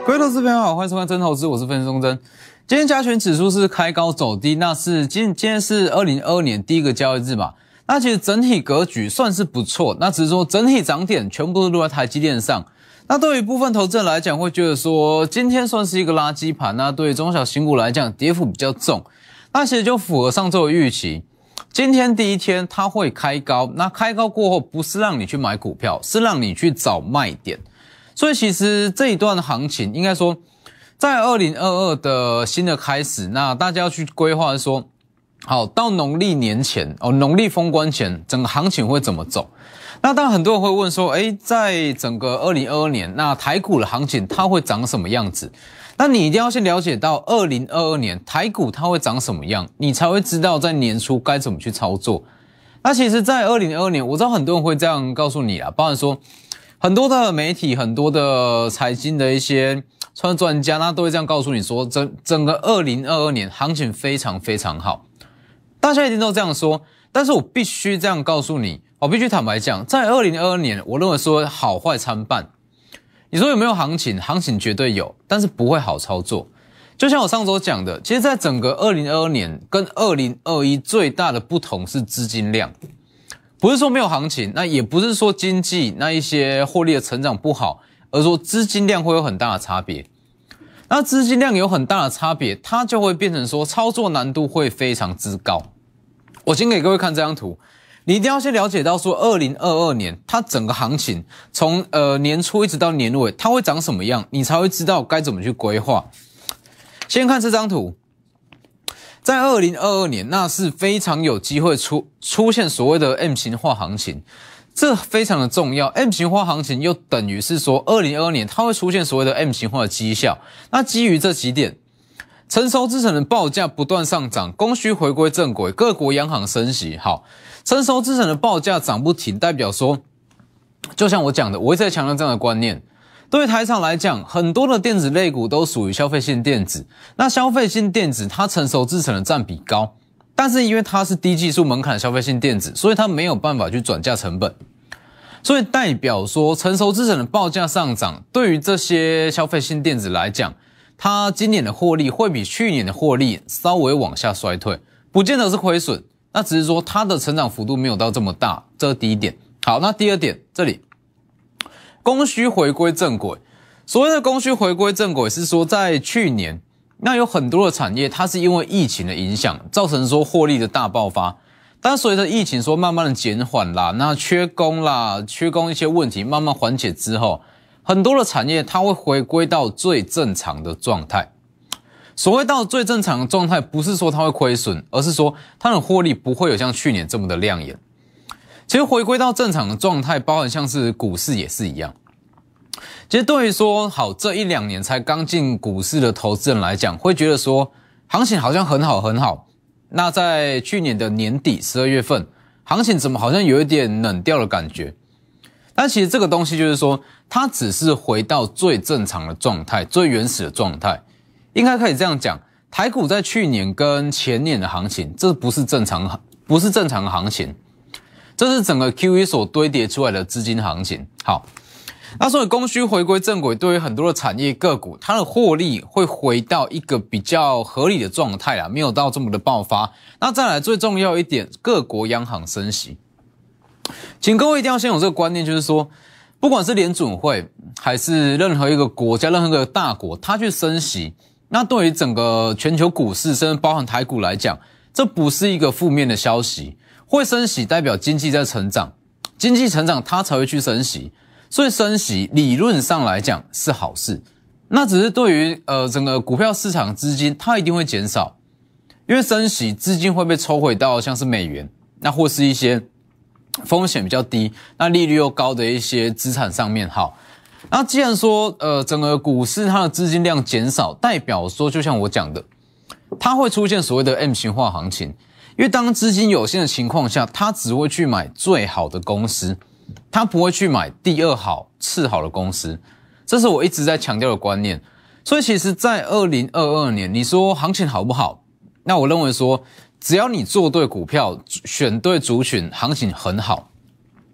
各位投资朋友好，欢迎收看真投资，我是分析钟真。今天加权指数是开高走低，那是今天是2022年第一个交易日嘛？那其实整体格局算是不错，那只是说整体涨点全部都落在台积电上。那对于部分投资人来讲，会觉得说今天算是一个垃圾盘，那对于中小型股来讲，跌幅比较重。那其实就符合上周的预期。今天第一天它会开高，那开高过后不是让你去买股票，是让你去找卖点。所以其实这一段行情应该说在2022的新的开始，那大家要去规划说好到农历年前农历封关前整个行情会怎么走。那当然很多人会问说在整个2022年那台股的行情它会长什么样子。那你一定要先了解到2022年台股它会长什么样，你才会知道在年初该怎么去操作。那其实在2022年我知道很多人会这样告诉你啦，包含说很多的媒体很多的财经的一些专家那都会这样告诉你说整个2022年行情非常非常好，大家一定都这样说。但是我必须这样告诉你，我必须坦白讲，在2022年我认为说好坏参半。你说有没有行情？行情绝对有，但是不会好操作。就像我上周讲的，其实在整个2022年跟2021最大的不同是资金量。不是说没有行情，那也不是说经济那一些获利的成长不好，而说资金量会有很大的差别。那资金量有很大的差别，它就会变成说操作难度会非常之高。我先给各位看这张图，你一定要先了解到说2022年它整个行情从年初一直到年尾它会长什么样，你才会知道该怎么去规划。先看这张图，在2022年那是非常有机会出现所谓的 M 型化行情，这非常的重要。M 型化行情又等于是说2022年它会出现所谓的 M 型化的绩效。那基于这几点，成熟资产的报价不断上涨，供需回归正轨，各国央行升息。好，成熟资产的报价涨不停，代表说就像我讲的，我一直在强调这样的观念。对于台厂来讲，很多的电子类股都属于消费性电子。那消费性电子它成熟制程的占比高，但是因为它是低技术门槛的消费性电子，所以它没有办法去转嫁成本。所以代表说成熟制程的报价上涨，对于这些消费性电子来讲，它今年的获利会比去年的获利稍微往下衰退，不见得是亏损，那只是说它的成长幅度没有到这么大，这是第一点。好，那第二点，这里供需回归正轨。所谓的供需回归正轨是说在去年那有很多的产业它是因为疫情的影响造成说获利的大爆发，但随着疫情说慢慢的减缓啦，那缺工一些问题慢慢缓解之后，很多的产业它会回归到最正常的状态。所谓到最正常的状态，不是说它会亏损，而是说它的获利不会有像去年这么的亮眼。其实回归到正常的状态，包含像是股市也是一样。其实对于说好这一两年才刚进股市的投资人来讲，会觉得说行情好像很好很好。那在去年的年底12月份，行情怎么好像有一点冷掉的感觉？但其实这个东西就是说，它只是回到最正常的状态，最原始的状态。应该可以这样讲，台股在去年跟前年的行情，这不是正常的行情。这是整个 QE 所堆叠出来的资金行情。好，那所以供需回归正轨，对于很多的产业个股，它的获利会回到一个比较合理的状态啦，没有到这么的爆发。那再来最重要一点，各国央行升息，请各位一定要先有这个观念，就是说，不管是联准会还是任何一个国家、任何一个大国，它去升息，那对于整个全球股市，甚至包含台股来讲，这不是一个负面的消息。会升息代表经济在成长，经济成长它才会去升息，所以升息理论上来讲是好事。那只是对于整个股票市场资金它一定会减少，因为升息资金会被抽回到像是美元，那或是一些风险比较低、那利率又高的一些资产上面。好，那既然说整个股市它的资金量减少，代表说就像我讲的，它会出现所谓的 M 型化行情。因为当资金有限的情况下，他只会去买最好的公司，他不会去买第二好、次好的公司，这是我一直在强调的观念。所以其实在2022年，你说行情好不好？那我认为说，只要你做对股票，选对族群，行情很好。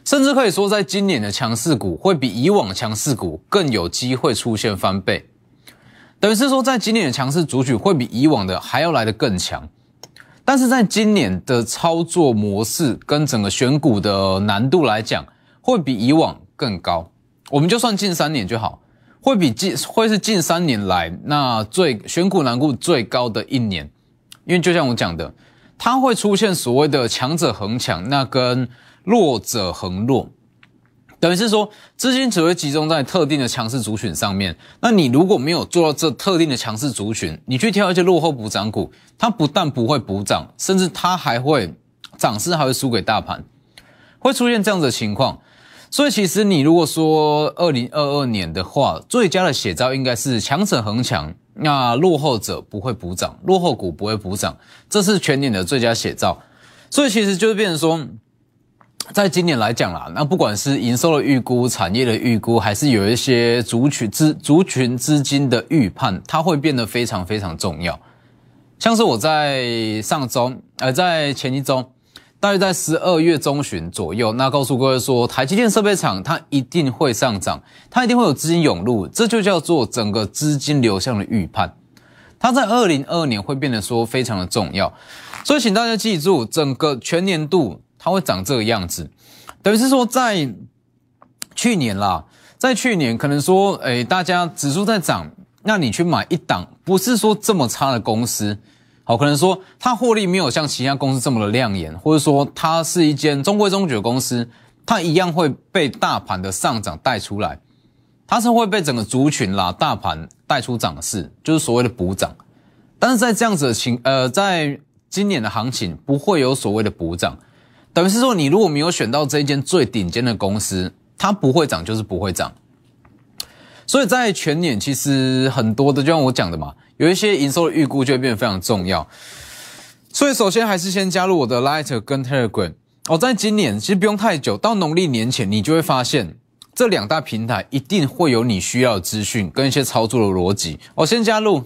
甚至可以说在今年的强势股会比以往强势股更有机会出现翻倍，等于是说在今年的强势族群会比以往的还要来得更强。但是在今年的操作模式跟整个选股的难度来讲，会比以往更高。我们就算近3年就好，会是近3年来那选股难度最高的一年。因为就像我讲的，它会出现所谓的强者恒强，那跟弱者恒弱。等于是说，资金只会集中在特定的强势族群上面。那你如果没有做到这特定的强势族群，你去挑一些落后补涨股，它不但不会补涨，甚至它还会涨势还会输给大盘，会出现这样子的情况。所以其实你如果说2022年的话，最佳的写照应该是强者恒强，那落后者不会补涨，落后股不会补涨，这是全年的最佳写照。所以其实就是变成说，在今年来讲啦，那不管是营收的预估、产业的预估，还是有一些族群资金的预判，它会变得非常非常重要。像是我在上周，在前一周，大约在12月中旬左右，那告诉各位说，台积电设备厂它一定会上涨，它一定会有资金涌入，这就叫做整个资金流向的预判。它在2022年会变得说非常的重要，所以请大家记住，整个全年度它会长这个样子。等于是说在去年啦，在去年可能说大家指数在涨，那你去买一档不是说这么差的公司，好，可能说它获利没有像其他公司这么的亮眼，或者说它是一间中规中矩的公司，它一样会被大盘的上涨带出来，它是会被整个族群啦大盘带出涨势，就是所谓的补涨。但是在这样子的在今年的行情不会有所谓的补涨，等于是说你如果没有选到这一间最顶尖的公司，它不会涨就是不会涨。所以在全年其实很多的就像我讲的嘛，有一些营收的预估就会变得非常重要。所以首先还是先加入我的 Light 跟 Telegram。在今年其实不用太久，到农历年前你就会发现这2大平台一定会有你需要的资讯跟一些操作的逻辑。先加入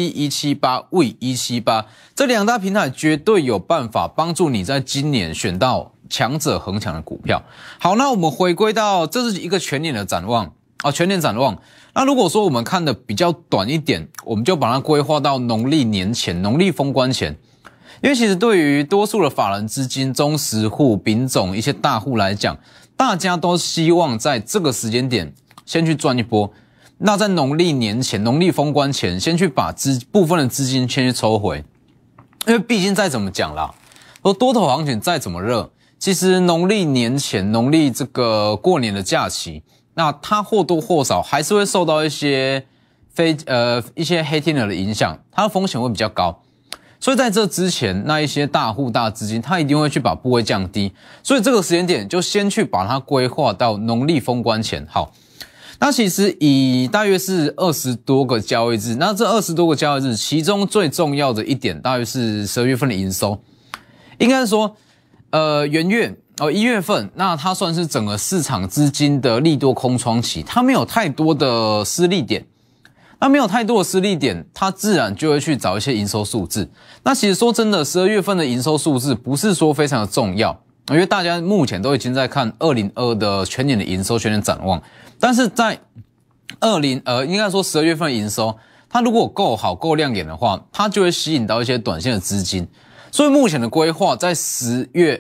W178V178， 这2大平台绝对有办法帮助你在今年选到强者恒强的股票。好，那我们回归到这是一个全年的展望全年展望。那如果说我们看的比较短一点，我们就把它规划到农历年前，农历封关前。因为其实对于多数的法人资金、中实户、丙种一些大户来讲，大家都希望在这个时间点先去赚一波。那在农历年前、农历封关前，先去把部分的资金先去抽回。因为毕竟再怎么讲啦，多头行情再怎么热，其实农历年前、农历这个过年的假期，那它或多或少还是会受到一些黑天鹅的影响，它的风险会比较高。所以在这之前，那一些大户大资金，他一定会去把部位降低，所以这个时间点就先去把它规划到农历封关前。好，那其实以大约是20多个交易日，那这20多个交易日，其中最重要的一点，大约是12月份的营收，应该是说，元月1月份，那它算是整个市场资金的利多空窗期，它没有太多的失利点。那没有太多的失利点，它自然就会去找一些营收数字。那其实说真的，12月份的营收数字不是说非常的重要，因为大家目前都已经在看2022的全年的营收、全年展望。但是在应该说12月份的营收，它如果够好、够亮眼的话，它就会吸引到一些短线的资金。所以目前的规划在1月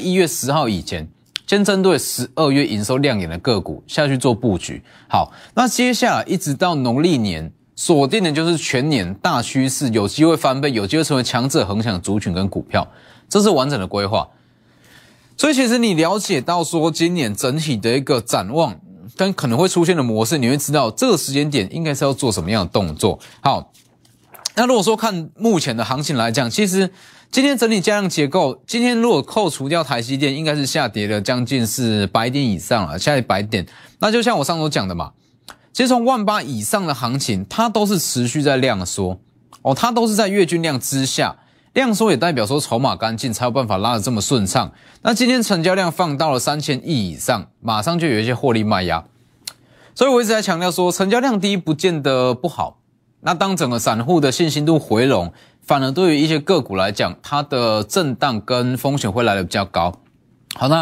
10号以前，先针对12月营收亮眼的个股下去做布局。好，那接下来一直到农历年，锁定的就是全年大趋势，有机会翻倍，有机会成为强者恒强的族群跟股票，这是完整的规划。所以其实你了解到说今年整体的一个展望跟可能会出现的模式，你会知道这个时间点应该是要做什么样的动作。好，那如果说看目前的行情来讲，其实今天整体价量结构，今天如果扣除掉台积电，应该是下跌了将近是100点以上了，下跌100点。那就像我上周讲的嘛，其实从18000以上的行情，它都是持续在量缩它都是在月均量之下，量缩也代表说筹码干净，才有办法拉得这么顺畅。那今天成交量放到了3000亿以上，马上就有一些获利卖压。所以我一直在强调说，成交量低不见得不好。那当整个散户的信心度回笼，反而对于一些个股来讲，它的震荡跟风险会来得比较高。好，那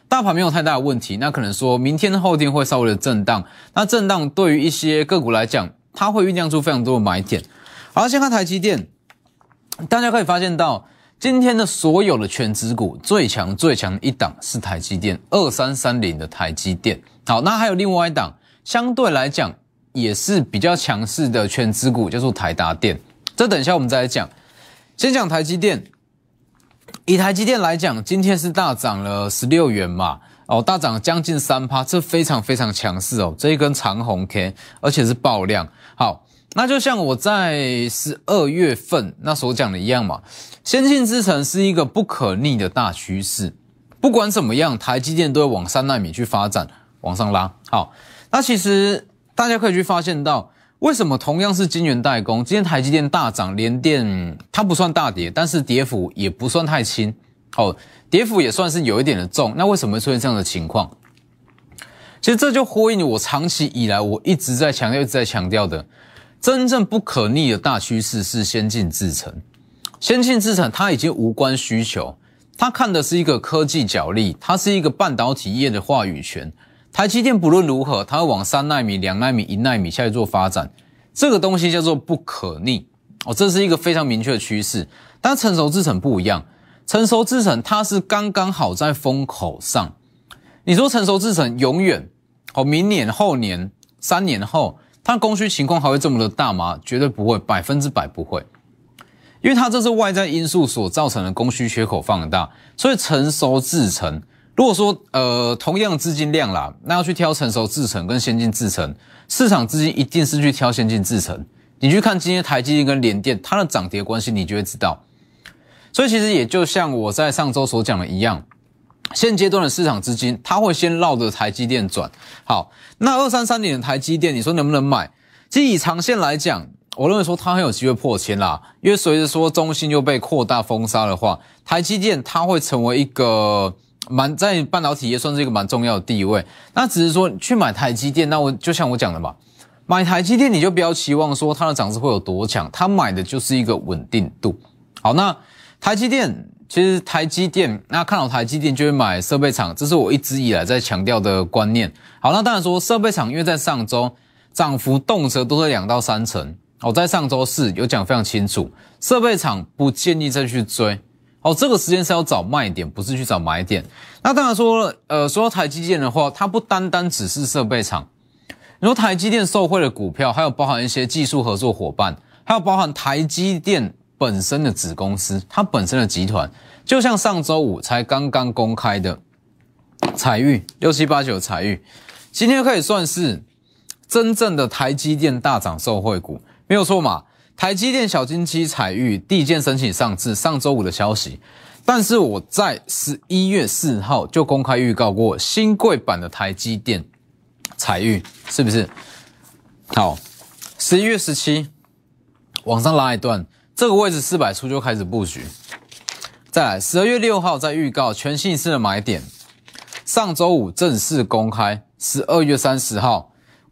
大盘没有太大的问题，那可能说明天后天会稍微的震荡，那震荡对于一些个股来讲，它会酝酿出非常多的买点。好，先看台积电，大家可以发现到今天的所有的全指股最强的一档是台积电，2330的台积电。好，那还有另外一档相对来讲也是比较强势的全指股，叫做台达电，这等一下我们再来讲。先讲台积电。以台积电来讲，今天是大涨了16元嘛，大涨将近 3%， 这非常非常强势哦，这一根长红 K， 而且是爆量。好，那就像我在12月份那所讲的一样嘛，先进制程是一个不可逆的大趋势，不管怎么样，台积电都会往3奈米去发展，往上拉。好，那其实大家可以去发现到，为什么同样是晶圆代工，今天台积电大涨，联电它不算大跌，但是跌幅也不算太轻，跌幅也算是有一点的重。那为什么会出现这样的情况？其实这就呼应我长期以来我一直在强调的，真正不可逆的大趋势是先进制程。先进制程它已经无关需求，它看的是一个科技角力，它是一个半导体业的话语权。台积电不论如何，它会往3奈米、2奈米、1奈米下去做发展，这个东西叫做不可逆这是一个非常明确的趋势。但成熟制程不一样，成熟制程它是刚刚好在风口上。你说成熟制程永远明年、后年、3年后，它的供需情况还会这么的大吗？绝对不会，100%不会，因为它这是外在因素所造成的供需缺口放大，所以成熟制程。如果说同样的资金量啦，那要去挑成熟制程跟先进制程，市场资金一定是去挑先进制程。你去看今天台积电跟联电它的涨跌关系，你就会知道。所以其实也就像我在上周所讲的一样，现阶段的市场资金它会先绕着台积电转。好，那2330的台积电你说能不能买？其实以长线来讲，我认为说它很有机会破千啦，因为随着说中芯又被扩大封杀的话，台积电它会成为一个在半导体业算是一个蛮重要的地位。那只是说去买台积电，那就像我讲的嘛，买台积电你就不要期望说它的涨势会有多强，它买的就是一个稳定度。好，那台积电其实那看好台积电就会买设备厂，这是我一直以来在强调的观念。好，那当然说设备厂因为在上周涨幅动辄都是2到3成，在上周四有讲非常清楚，设备厂不建议再去追。这个时间是要找卖点，不是去找买点。那当然说说到台积电的话，它不单单只是设备厂。你说台积电受惠的股票，还有包含一些技术合作伙伴，还有包含台积电本身的子公司，它本身的集团，就像上周五才刚刚公开的采钰6789采钰，今天可以算是真正的台积电大涨受惠股，没有错嘛。台积电小金鸡采钰第一件申请上市，上周五的消息。但是我在11月4号就公开预告过新贵版的台积电采钰，是不是？好，11月17往上拉一段，这个位置400出就开始布局。再来12月6号再预告全新一次的买点，上周五正式公开12月30号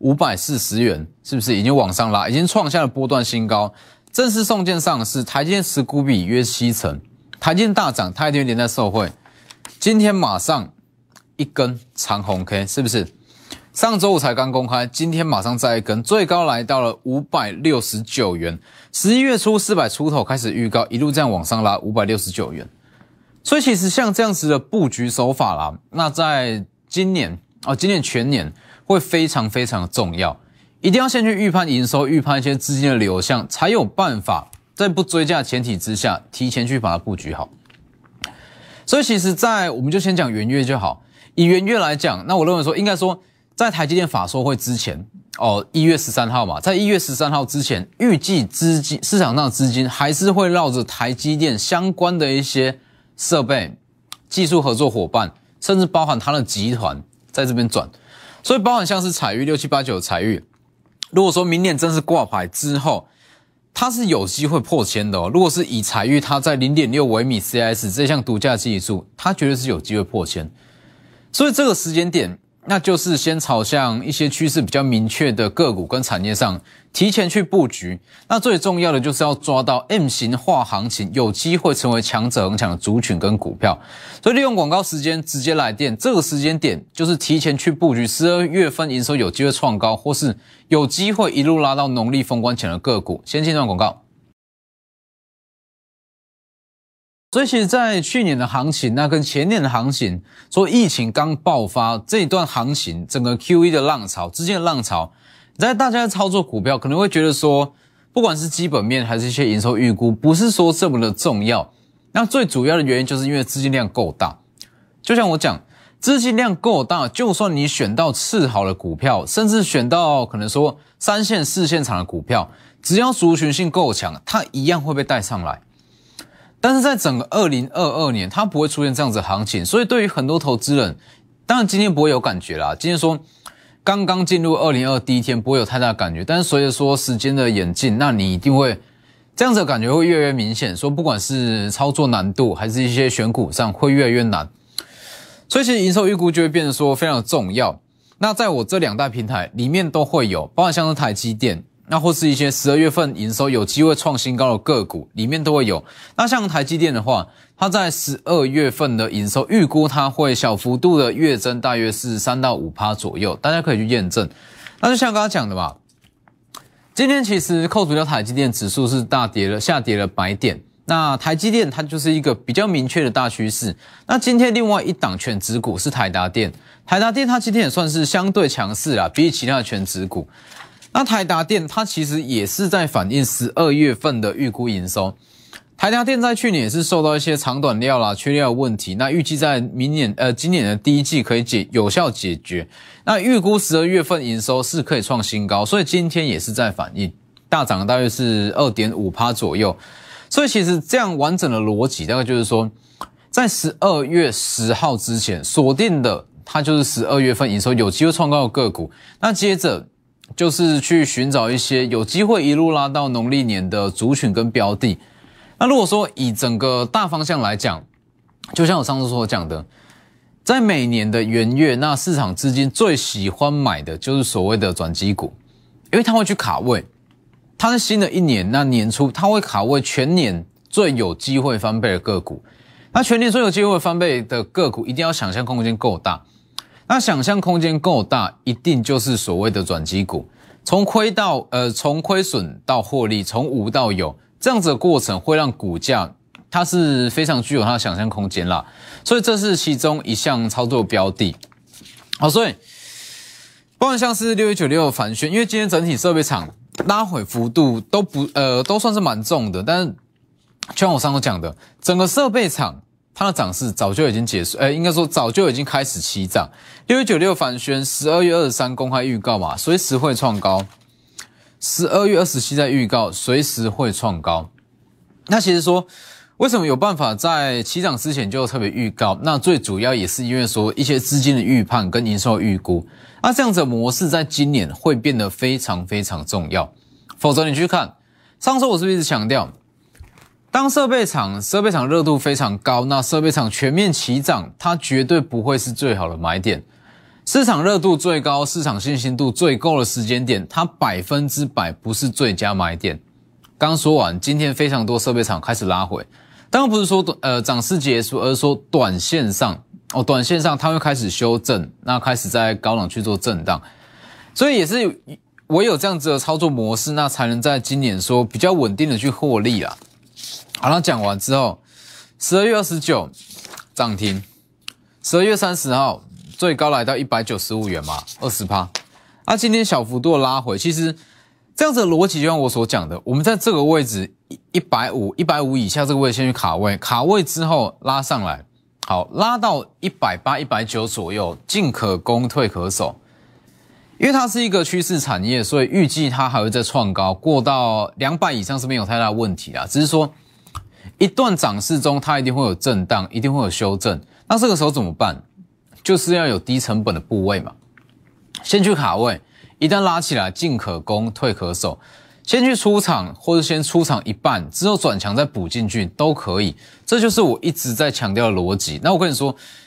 540元，是不是已经往上拉，已经创下了波段新高？正式送件上市，台积电持股比约7成，台积电大涨，它一定会连带受惠。今天马上一根长红 K， 是不是？上周五才刚公开，今天马上再一根，最高来到了569元。11月初400出头开始预告，一路这样往上拉569元。所以其实像这样子的布局手法啦，那在今年全年会非常非常的重要，一定要先去预判营收，预判一些资金的流向，才有办法在不追价前提之下，提前去把它布局好。所以其实我们就先讲元月就好。以元月来讲，那我认为说应该说在台积电法说会之前1月13号嘛，在1月13号之前，预计市场上的资金还是会绕着台积电相关的一些设备、技术合作伙伴，甚至包含它的集团在这边转。所以包含像是采钰6789采钰，如果说明年正式挂牌之后，它是有机会破千的如果是以采钰它在 0.6 微米 CIS 这项独家技术，它绝对是有机会破千。所以这个时间点那就是先朝向一些趋势比较明确的个股跟产业上提前去布局。那最重要的就是要抓到 M 型化行情有机会成为强者恒强的族群跟股票。所以利用广告时间直接来电，这个时间点就是提前去布局12月份营收有机会创高，或是有机会一路拉到农历封关前的个股。先进段广告。所以其实在去年的行情，那跟前年的行情，说疫情刚爆发这一段行情，整个 Q1 的浪潮之间的浪潮，在大家操作股票可能会觉得说，不管是基本面还是一些营收预估，不是说这么的重要。那最主要的原因就是因为资金量够大。就像我讲，资金量够大，就算你选到次好的股票，甚至选到可能说3线4线场的股票，只要族群性够强，它一样会被带上来。但是在整个2022年，它不会出现这样子的行情，所以对于很多投资人，当然今天不会有感觉啦。今天说刚刚进入2022第一天不会有太大的感觉，但是随着说时间的演进，那你一定会这样子的感觉会越来越明显，说不管是操作难度还是一些选股上会越来越难。所以其实营收预估就会变得说非常的重要。那在我这2大平台里面都会有，包含像是台积电，那或是一些12月份营收有机会创新高的个股里面都会有。那像台积电的话，它在12月份的营收预估它会小幅度的月增，大约是3到5%左右，大家可以去验证。那就像刚刚讲的嘛，今天其实扣除掉台积电指数是下跌了100点。那台积电它就是一个比较明确的大趋势。那今天另外一档全指股是台达电，台达电它今天也算是相对强势啦，比起其他的全指股。那台达电它其实也是在反映12月份的预估营收。台达电在去年也是受到一些长短料啦、缺料的问题，那预计在今年的第一季可以有效解决。那预估12月份营收是可以创新高，所以今天也是在反映，大涨了大约是 2.5% 左右。所以其实这样完整的逻辑大概就是说，在12月10号之前锁定的，它就是12月份营收有机会创高的个股。那接着就是去寻找一些有机会一路拉到农历年的族群跟标的。那如果说以整个大方向来讲，就像我上次所讲的，在每年的元月，那市场资金最喜欢买的就是所谓的转机股，因为它会去卡位，它在新的一年那年初，它会卡位全年最有机会翻倍的个股。那全年最有机会翻倍的个股，一定要想象空间够大。那想象空间够大，一定就是所谓的转机股，从亏损到获利，从无到有，这样子的过程会让股价它是非常具有它的想象空间啦。所以这是其中一项操作标的。好，所以包含像是6月96的反宣，因为今天整体设备厂拉回幅度都算是蛮重的，但是就像我上次讲的，整个设备厂它的涨势早就已经结束，应该说早就已经开始起涨。6月96反宣，12月23公开预告嘛，随时会创高。12月27在预告，随时会创高。那其实说，为什么有办法在起涨之前就特别预告？那最主要也是因为说一些资金的预判跟营收的预估。那这样子的模式在今年会变得非常非常重要。否则你去看，上次我是不是一直强调，当设备厂热度非常高，那设备厂全面起涨，它绝对不会是最好的买点。市场热度最高、市场信心度最够的时间点，它100%不是最佳买点。刚说完，今天非常多设备厂开始拉回，当然不是说涨势结束，而是说短线上它会开始修正，那开始在高档去做震荡，所以也是唯有这样子的操作模式，那才能在今年说比较稳定的去获利啦。好，那讲完之后，12月29涨停，12月30号最高来到195元嘛，20%。那今天小幅度的拉回，其实这样子的逻辑就像我所讲的，我们在这个位置150以下这个位置先去卡位之后拉上来，好，拉到180、190左右，进可攻，退可守。因为它是一个趋势产业，所以预计它还会再创高，过到200以上是没有太大的问题啦。只是说一段涨势中，它一定会有震荡，一定会有修正。那这个时候怎么办？就是要有低成本的部位嘛，先去卡位，一旦拉起来，进可攻，退可守。先去出场，或者先出场一半，之后转强再补进去都可以。这就是我一直在强调的逻辑。那我跟你说，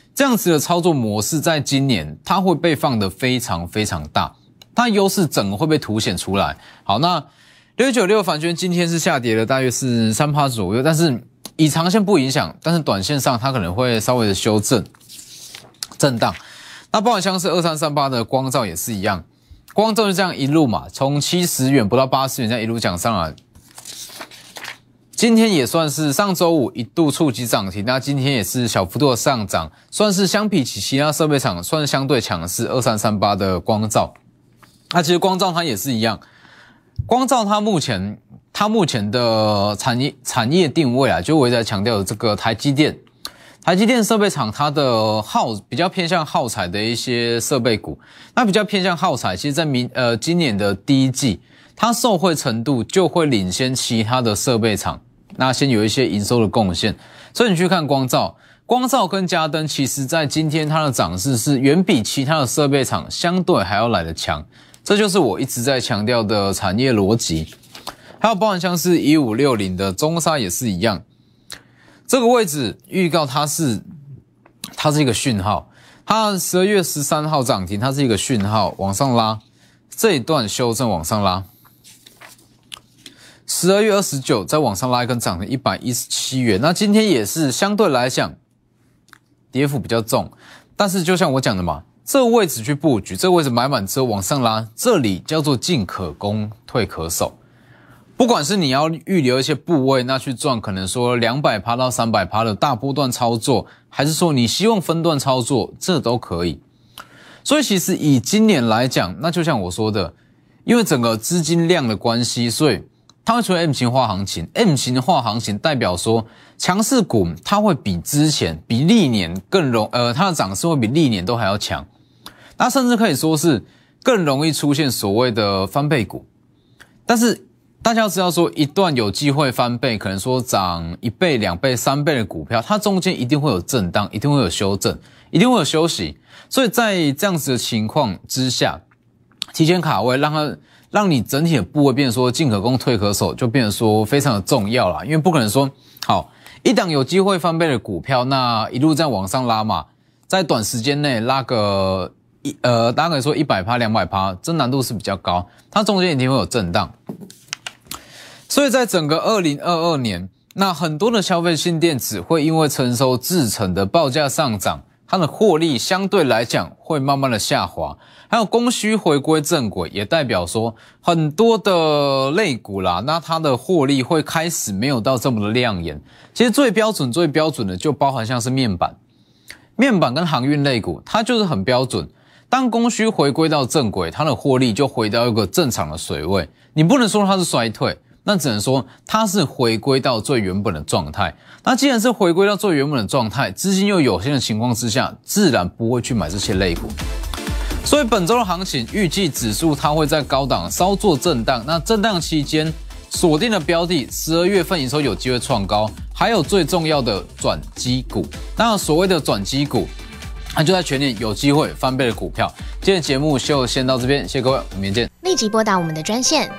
这样子的操作模式在今年它会被放得非常非常大，它优势整个会被凸显出来。好，那6196反圈今天是下跌了大约是 3% 左右，但是以长线不影响，但是短线上它可能会稍微的修正震荡。那包含像是2338的光罩也是一样，光罩就这样一路嘛，从70元不到80元这样一路讲上来。今天也算是上周五一度触及涨停，那今天也是小幅度的上涨，算是相比起其他设备厂算是相对强势。2338的光罩，那其实光罩它也是一样，光罩它目前的产业定位啊，就我一直在强调的这个台积电设备厂，它的比较偏向耗材的一些设备股，那比较偏向耗材，其实在今年的第一季，它受惠程度就会领先其他的设备厂。那先有一些营收的贡献，所以你去看光罩跟嘉登，其实在今天它的涨势是远比其他的设备厂相对还要来得强，这就是我一直在强调的产业逻辑。还有包含像是1560的中砂也是一样，这个位置预告它是一个讯号，它12月13号涨停，它是一个讯号往上拉，这一段修正往上拉。12月29再往上拉一根涨停117元，那今天也是相对来讲跌幅比较重，但是就像我讲的嘛，这个位置去布局，这个位置买满之后往上拉，这里叫做进可攻退可守。不管是你要预留一些部位，那去赚可能说200%到300%的大波段操作，还是说你希望分段操作，这都可以。所以其实以今年来讲，那就像我说的，因为整个资金量的关系，所以它会出现 M 型化行情。M 型化行情代表说，强势股它会比之前、比历年更它的涨势会比历年都还要强。那甚至可以说是更容易出现所谓的翻倍股。但是大家要知道说，一段有机会翻倍，可能说涨1倍、2倍、3倍的股票，它中间一定会有震荡，一定会有修正，一定会有休息。所以在这样子的情况之下，提前卡位，让你整体的部位变成说进可攻退可守，就变成说非常的重要啦。因为不可能说好一档有机会翻倍的股票，那一路在往上拉嘛，在短时间内拉个大概说 100%、200%，这难度是比较高，它中间一定会有震荡。所以在整个2022年，那很多的消费性电子会因为承受制程的报价上涨，它的获利相对来讲会慢慢的下滑，还有供需回归正轨，也代表说很多的类股啦，那它的获利会开始没有到这么的亮眼。其实最标准的就包含像是面板跟航运类股，它就是很标准。当供需回归到正轨，它的获利就回到一个正常的水位，你不能说它是衰退，那只能说它是回归到最原本的状态。那既然是回归到最原本的状态，资金又有限的情况之下，自然不会去买这些类股。所以本周的行情预计指数它会在高档稍作震荡，那震荡期间锁定的标的12月份营收有机会创高，还有最重要的转机股。那所谓的转机股，那就在全年有机会翻倍的股票。今天的节目就先到这边，谢谢各位，我们明天见。 立即拨打我们的专线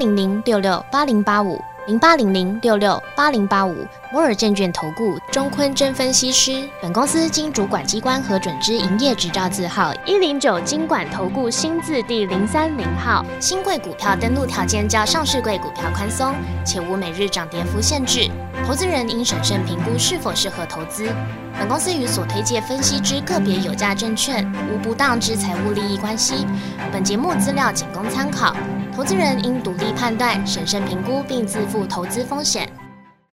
08006680850800668085摩尔证券投顾钟坤真分析师。本公司经主管机关核准之营业执照字号109金管投顾新字第030号。新贵股票登录条件较上市贵股票宽松，且无每日涨跌幅限制。投资人应审慎评估是否适合投资。本公司与所推介分析之个别有价证券无不当之财务利益关系。本节目资料仅供参考，投资人应独立判断、审慎评估并自负投资风险。